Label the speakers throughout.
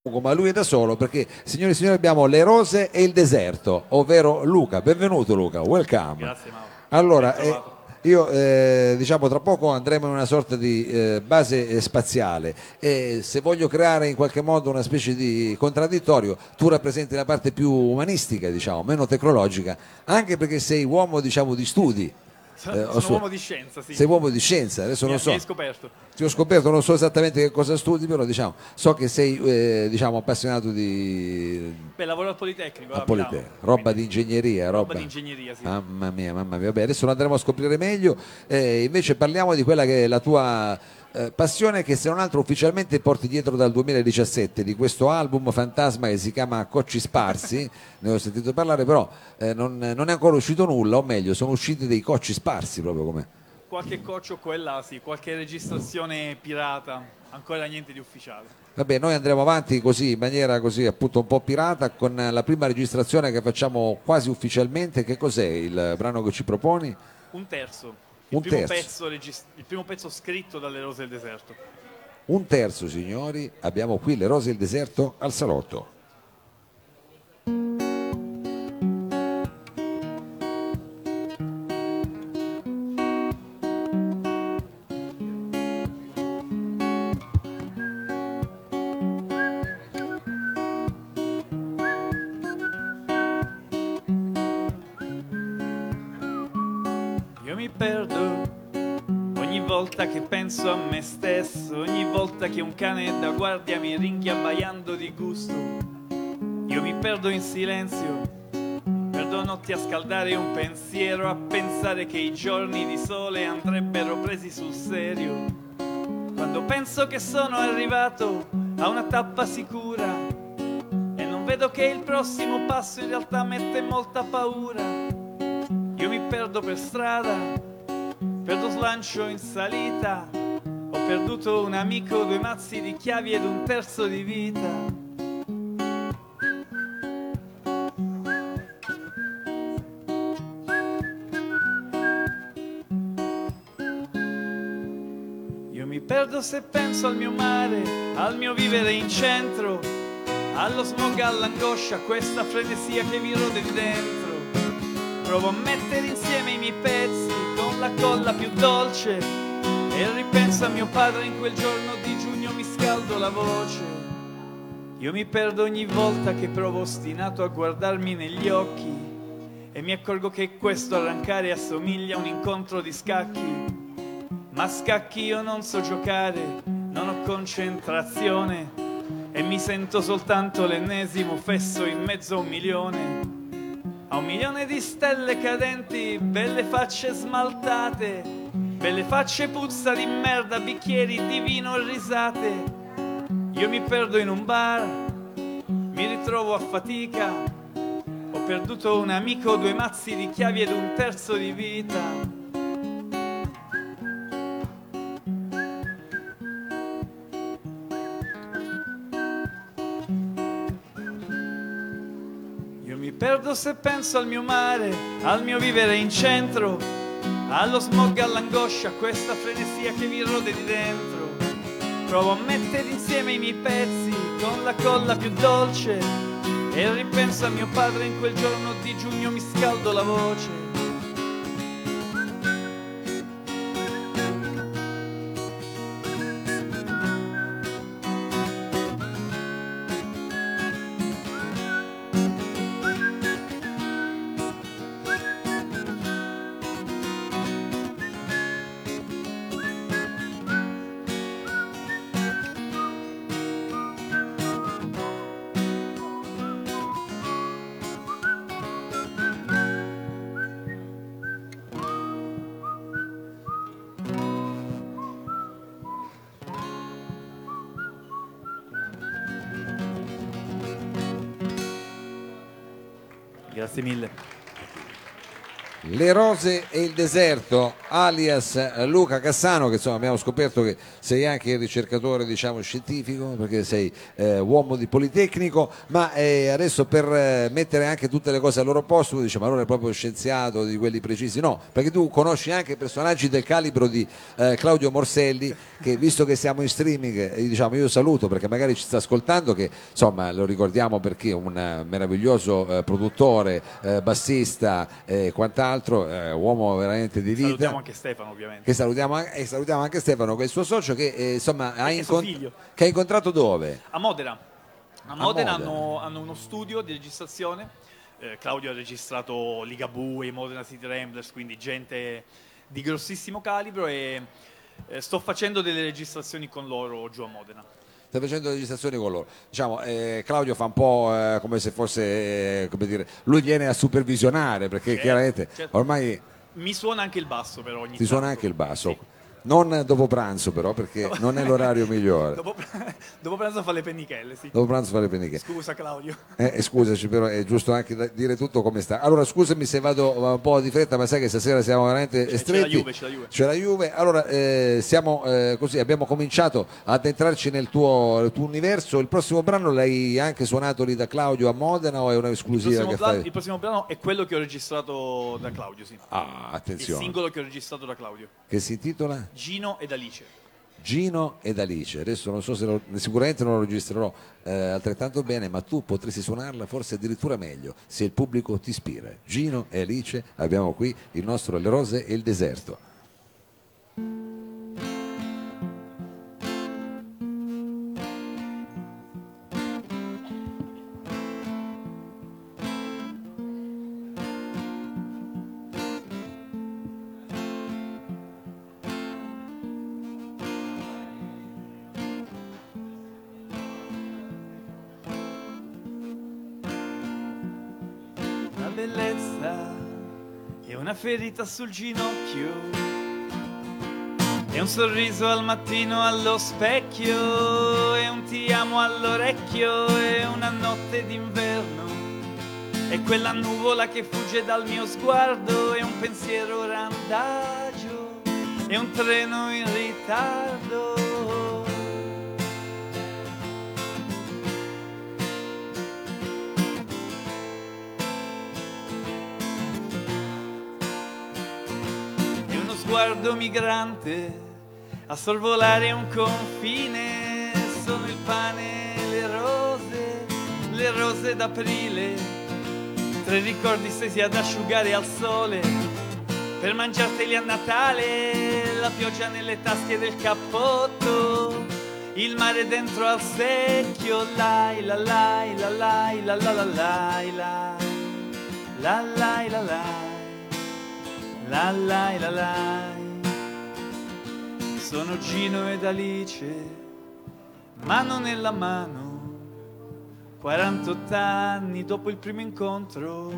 Speaker 1: ma lui è da solo perché, signori e signori, abbiamo le rose e il deserto, ovvero Luca. Benvenuto Luca, welcome.
Speaker 2: Grazie Mauro, ben
Speaker 1: Allora,
Speaker 2: trovato.
Speaker 1: io diciamo tra poco andremo in una sorta di base spaziale e se voglio creare in qualche modo una specie di contraddittorio, tu rappresenti la parte più umanistica, diciamo, meno tecnologica, anche perché sei uomo, diciamo, di studi.
Speaker 2: Sono uomo di scienza, sì,
Speaker 1: Sei uomo di scienza, adesso non
Speaker 2: mi hai
Speaker 1: so,
Speaker 2: scoperto.
Speaker 1: ti ho scoperto, non so esattamente che cosa studi, però diciamo, so che sei diciamo, appassionato di
Speaker 2: Beh, lavoro al Politecnico
Speaker 1: a
Speaker 2: a Milano,
Speaker 1: roba di
Speaker 2: quindi
Speaker 1: ingegneria,
Speaker 2: roba di
Speaker 1: roba.
Speaker 2: ingegneria, sì.
Speaker 1: Mamma mia, vabbè, adesso lo andremo a scoprire meglio. Invece parliamo di quella che è la tua passione, che se non altro ufficialmente porti dietro dal 2017, di questo album fantasma che si chiama Cocci Sparsi. Ne ho sentito parlare, però non è ancora uscito nulla, o meglio, sono usciti dei cocci sparsi proprio come.
Speaker 2: Qualche coccio qua e là, sì, qualche registrazione pirata, ancora niente di ufficiale.
Speaker 1: Vabbè, noi andremo avanti così, in maniera così appunto un po' pirata, con la prima registrazione che facciamo quasi ufficialmente. Che cos'è il brano che ci proponi?
Speaker 2: Un terzo,
Speaker 1: Un terzo.
Speaker 2: il primo pezzo scritto dalle Rose del Deserto.
Speaker 1: Un terzo, signori, abbiamo qui le rose del deserto al salotto.
Speaker 2: Io mi perdo ogni volta che penso a me stesso, ogni volta che un cane da guardia mi ringhia abbaiando di gusto. Io mi perdo in silenzio, perdo notti a scaldare un pensiero, a pensare che i giorni di sole andrebbero presi sul serio. Quando penso che sono arrivato a una tappa sicura e non vedo che il prossimo passo in realtà mette molta paura. Io mi perdo per strada, perdo slancio in salita, ho perduto un amico, 2 mazzi di chiavi ed un terzo di vita. Io mi perdo se penso al mio mare, al mio vivere in centro, allo smog, all'angoscia, questa frenesia che mi rode di dentro. Provo a mettere insieme i miei pezzi con la colla più dolce e ripenso a mio padre in quel giorno di giugno, mi scaldo la voce. Io mi perdo ogni volta che provo ostinato a guardarmi negli occhi e mi accorgo che questo arrancare assomiglia a un incontro di scacchi. Ma a scacchi io non so giocare, non ho concentrazione e mi sento soltanto l'ennesimo fesso in mezzo a 1 milione. A 1 milione di stelle cadenti, belle facce smaltate, belle facce puzza di merda, bicchieri di vino e risate. Io mi perdo in un bar, mi ritrovo a fatica, ho perduto un amico, 2 mazzi di chiavi ed un terzo di vita. Io mi perdo se penso al mio mare, al mio vivere in centro, allo smog, all'angoscia, questa frenesia che mi rode di dentro. Provo a mettere insieme i miei pezzi con la colla più dolce e ripenso a mio padre in quel giorno di giugno, mi scaldo la voce. Grazie mille.
Speaker 1: Le rose e il deserto, alias Luca Cassano, che insomma abbiamo scoperto che sei anche ricercatore, diciamo, scientifico, perché sei uomo di Politecnico, ma adesso per mettere anche tutte le cose al loro posto, tu dici, ma allora è proprio scienziato di quelli precisi? No, perché tu conosci anche personaggi del calibro di Claudio Morselli, che visto che siamo in streaming, diciamo, io saluto perché magari ci sta ascoltando, che insomma lo ricordiamo perché è un meraviglioso produttore, bassista e quant'altro, uomo veramente di vita.
Speaker 2: Salutiamo anche Stefano, ovviamente.
Speaker 1: Che salutiamo, e salutiamo anche Stefano, che è il suo socio, che insomma
Speaker 2: suo figlio.
Speaker 1: che ha incontrato dove?
Speaker 2: A Modena. A Modena
Speaker 1: Modena.
Speaker 2: hanno uno studio di registrazione. Claudio ha registrato Ligabue, Modena City Ramblers, quindi gente di grossissimo calibro, e sto facendo delle registrazioni con loro giù a Modena.
Speaker 1: Stai facendo registrazioni con loro, diciamo, Claudio fa un po' come se fosse, come dire, lui viene a supervisionare, perché
Speaker 2: Certo,
Speaker 1: chiaramente
Speaker 2: certo.
Speaker 1: ormai
Speaker 2: Mi suona anche il basso, però ogni
Speaker 1: ti suona
Speaker 2: tanto.
Speaker 1: anche il basso.
Speaker 2: Sì.
Speaker 1: Non dopo pranzo però, perché non è l'orario migliore.
Speaker 2: Dopo pranzo fa le pennichelle, sì.
Speaker 1: Dopo pranzo fare peniche.
Speaker 2: Scusa Claudio.
Speaker 1: Scusaci, però è giusto anche dire tutto come sta. Allora scusami se vado un po' di fretta, ma sai che stasera siamo veramente stretti.
Speaker 2: C'è la Juve.
Speaker 1: C'è la Juve. Allora siamo così, abbiamo cominciato ad entrarci nel tuo universo. Il prossimo brano l'hai anche suonato lì da Claudio a Modena, o è un'esclusiva che fai?
Speaker 2: Il prossimo brano è quello che ho registrato da Claudio, sì.
Speaker 1: Ah,
Speaker 2: Il
Speaker 1: attenzione.
Speaker 2: singolo che ho registrato da Claudio.
Speaker 1: Che si intitola?
Speaker 2: Gino ed Alice.
Speaker 1: Gino ed Alice. Adesso non so se sicuramente non lo registrerò altrettanto bene, ma tu potresti suonarla forse addirittura meglio se il pubblico ti ispira. Gino e Alice, abbiamo qui il nostro Le rose e il deserto.
Speaker 2: La bellezza è una ferita sul ginocchio, è un sorriso al mattino allo specchio, è un ti amo all'orecchio, è una notte d'inverno, è quella nuvola che fugge dal mio sguardo, è un pensiero randagio, è un treno in ritardo. Sguardo migrante a sorvolare un confine, sono il pane e le rose d'aprile, tre ricordi stesi ad asciugare al sole, per mangiarteli a Natale, la pioggia nelle tasche del cappotto, il mare dentro al secchio, lai la lai la lai la la la lai la la lai la lai. La la la la. Sono Gino ed Alice, mano nella mano, 48 anni dopo il primo incontro.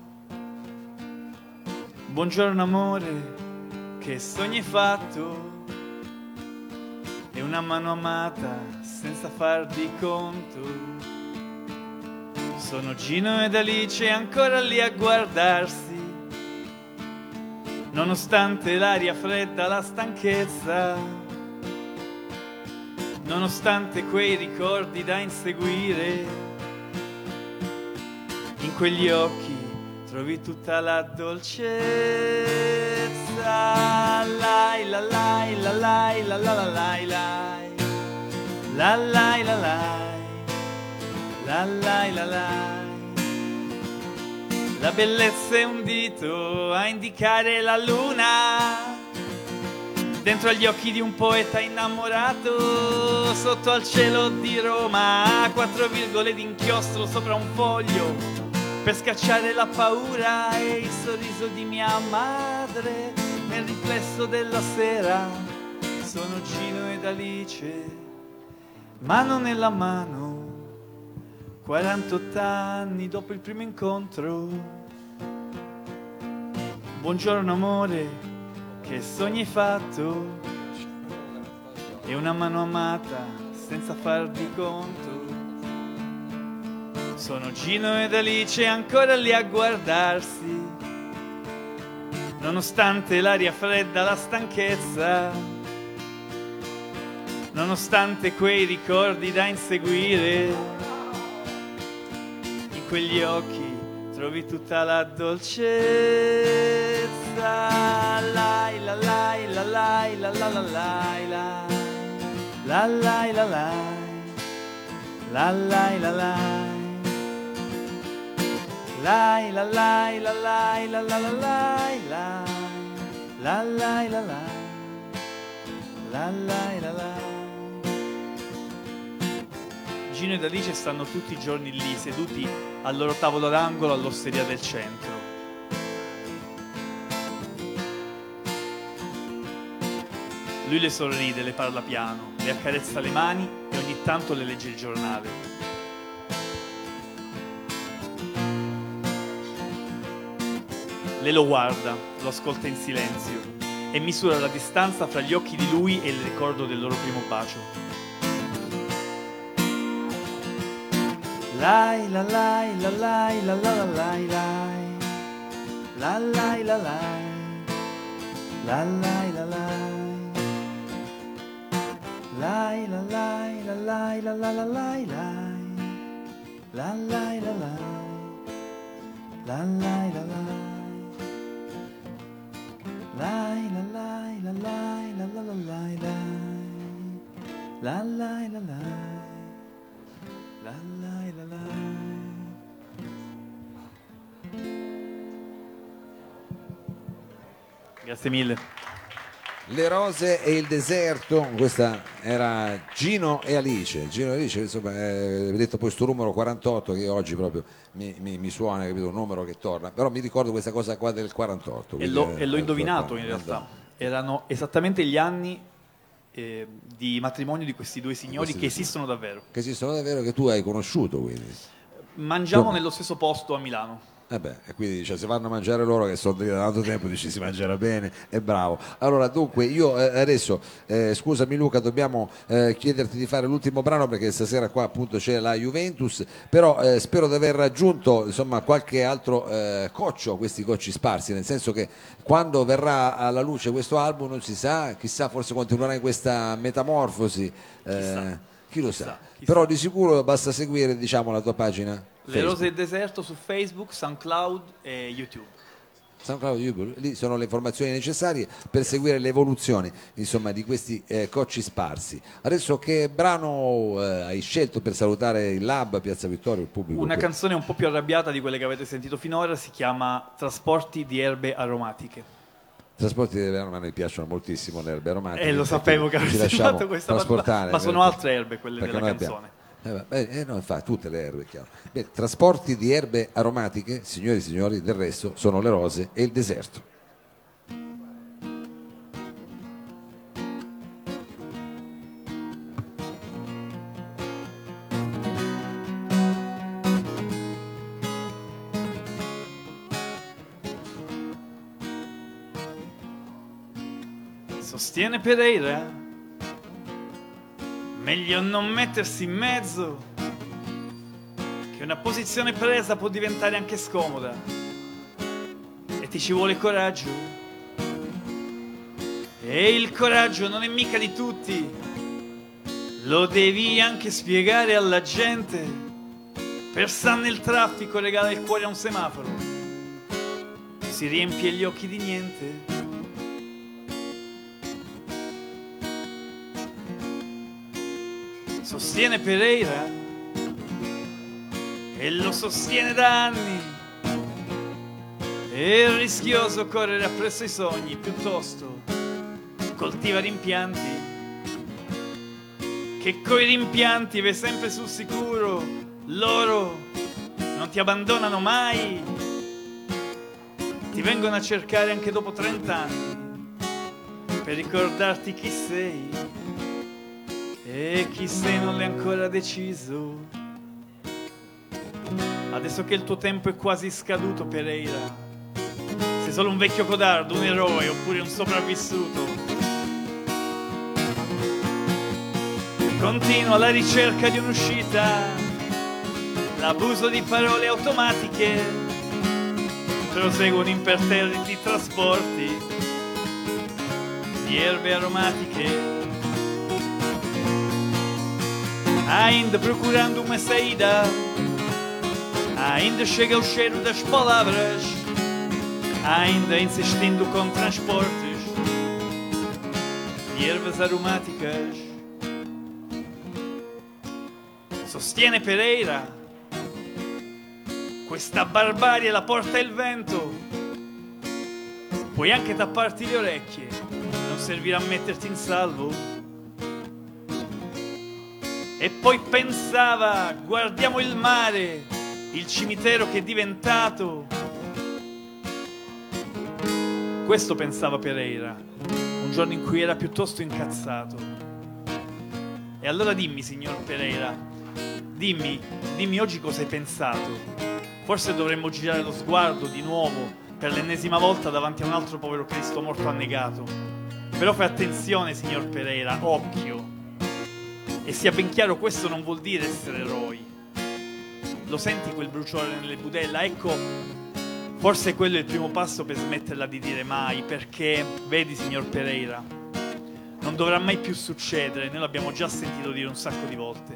Speaker 2: Buongiorno amore, che sogni hai fatto? E una mano amata senza far di conto. Sono Gino ed Alice ancora lì a guardarsi, nonostante l'aria fredda, la stanchezza, nonostante quei ricordi da inseguire, in quegli occhi trovi tutta la dolcezza. Lai la lai la lai la la la lai lai la lai la lai la lai la lai. La bellezza è un dito a indicare la luna, dentro agli occhi di un poeta innamorato, sotto al cielo di Roma, 4 virgole d'inchiostro sopra un foglio, per scacciare la paura, e il sorriso di mia madre nel riflesso della sera. Sono Gino ed Alice, mano nella mano, 48 anni dopo il primo incontro. Buongiorno amore, che sogni hai fatto? E una mano amata senza far di conto. Sono Gino ed Alice ancora lì a guardarsi, nonostante l'aria fredda, la stanchezza, nonostante quei ricordi da inseguire, in quegli occhi trovi tutta la dolcezza. Lai la lai la lai la la la lai la la lai la lai la lai la lai lai la lai la lai la la la lai la la lai la lai la lai la lai. Gino ed Alice stanno tutti i giorni lì, seduti al loro tavolo d'angolo all'osteria del centro. Lui le sorride, le parla piano, le accarezza le mani e ogni tanto le legge il giornale. Lei lo guarda, lo ascolta in silenzio e misura la distanza fra gli occhi di lui e il ricordo del loro primo bacio. Lai la lai la lai la la la lai lai la lai la lai la lai la lai lai la lai la lai la la la lai lai la lai la lai la lai la lai lai la lai la lai la la la lai lai la lai la lai la lai la lai. Grazie mille.
Speaker 1: Le rose e il deserto, questa era Gino e Alice. Gino e Alice, insomma, avete detto poi sto numero 48 che oggi proprio mi suona, capito? Un numero che torna, però mi ricordo questa cosa qua del 48.
Speaker 2: E l'ho indovinato in realtà, erano esattamente gli anni di matrimonio di questi due signori che esistono davvero.
Speaker 1: Che esistono davvero, che tu hai conosciuto, quindi.
Speaker 2: Mangiamo nello stesso posto a Milano.
Speaker 1: E quindi se vanno a mangiare loro che sono lì da tanto tempo, dici si mangerà bene, è bravo. Allora dunque io adesso scusami Luca, dobbiamo chiederti di fare l'ultimo brano perché stasera qua appunto c'è la Juventus, però spero di aver raggiunto insomma qualche altro coccio, questi cocci sparsi, nel senso che quando verrà alla luce questo album non si sa, chissà, forse continuerà in questa metamorfosi, chi lo sa. Però di sicuro basta seguire, diciamo, la tua pagina
Speaker 2: Le Rose del Deserto su Facebook, SoundCloud e YouTube.
Speaker 1: SoundCloud, YouTube, lì sono le informazioni necessarie per seguire le evoluzioni, insomma, di questi cocci sparsi. Adesso che brano hai scelto per salutare il Lab, Piazza Vittorio, il pubblico?
Speaker 2: Una canzone un po' più arrabbiata di quelle che avete sentito finora, si chiama Trasporti di erbe aromatiche.
Speaker 1: Trasporti di erbe aromatiche mi piacciono moltissimo, le erbe aromatiche.
Speaker 2: Lo sapevo che avresti fatto questa
Speaker 1: trasportare,
Speaker 2: ma sono altre erbe quelle
Speaker 1: perché
Speaker 2: della canzone.
Speaker 1: No, infatti, tutte le erbe, chiaro. Bene, trasporti di erbe aromatiche, signori e signori, del resto sono le rose e il deserto.
Speaker 2: Sostiene Pereira, meglio non mettersi in mezzo, che una posizione presa può diventare anche scomoda e ti ci vuole coraggio. E il coraggio non è mica di tutti, lo devi anche spiegare alla gente. Per sta nel traffico regala il cuore a un semaforo, si riempie gli occhi di niente. Sostiene Pereira e lo sostiene da anni. È rischioso correre appresso ai sogni, piuttosto coltiva rimpianti, che coi rimpianti vai sempre sul sicuro. Loro non ti abbandonano mai, ti vengono a cercare anche dopo 30 anni per ricordarti chi sei. E chi sei non l'hai ancora deciso. Adesso che il tuo tempo è quasi scaduto, Pereira, sei solo un vecchio codardo, un eroe oppure un sopravvissuto. Continua alla ricerca di un'uscita, l'abuso di parole automatiche, proseguono imperterriti trasporti di erbe aromatiche. Ainda procurando uma saída, ainda chega o cheiro das palavras, ainda insistindo com transportes di ervas aromáticas. Sostiene Pereira, questa barbarie la porta il vento. Puoi anche tapparti le orecchie, non servirà a metterti in salvo. E poi pensava, guardiamo il mare, il cimitero che è diventato. Questo pensava Pereira, un giorno in cui era piuttosto incazzato. E allora dimmi, signor Pereira, dimmi oggi cosa hai pensato. Forse dovremmo girare lo sguardo di nuovo per l'ennesima volta davanti a un altro povero Cristo morto annegato. Però fai attenzione, signor Pereira, occhio. E sia ben chiaro, questo non vuol dire essere eroi. Lo senti quel bruciore nelle budella? Ecco, forse quello è il primo passo per smetterla di dire mai, perché, vedi signor Pereira, non dovrà mai più succedere, noi l'abbiamo già sentito dire un sacco di volte.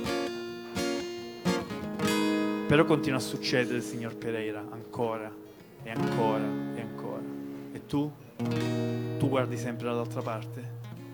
Speaker 2: Però continua a succedere, signor Pereira, ancora, e ancora, e ancora. E tu? Tu guardi sempre dall'altra parte?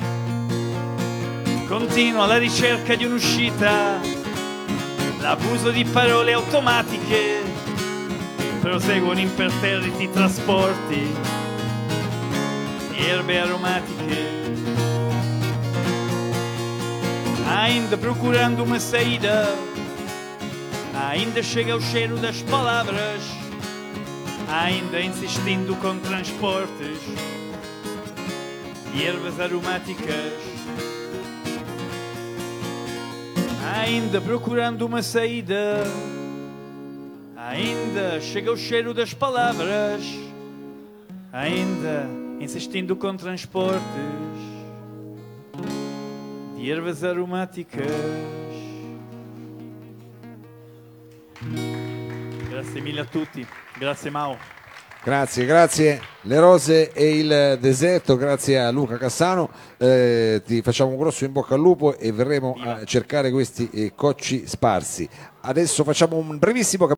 Speaker 2: Continua la ricerca di un'uscita, l'abuso di parole automatiche, proseguono imperterriti trasporti di erbe aromatiche. Ainda procurando uma saída, ainda chega o cheiro das palavras, ainda insistindo com transportes de ervas aromáticas. Ainda procurando uma saída, ainda chega o cheiro das palavras, ainda insistindo com transportes de ervas aromáticas. Grazie mille a tutti, grazie Mao.
Speaker 1: Grazie. Le rose e il deserto, grazie a Luca Cassano. Ti facciamo un grosso in bocca al lupo e verremo a cercare questi cocci sparsi. Adesso facciamo un brevissimo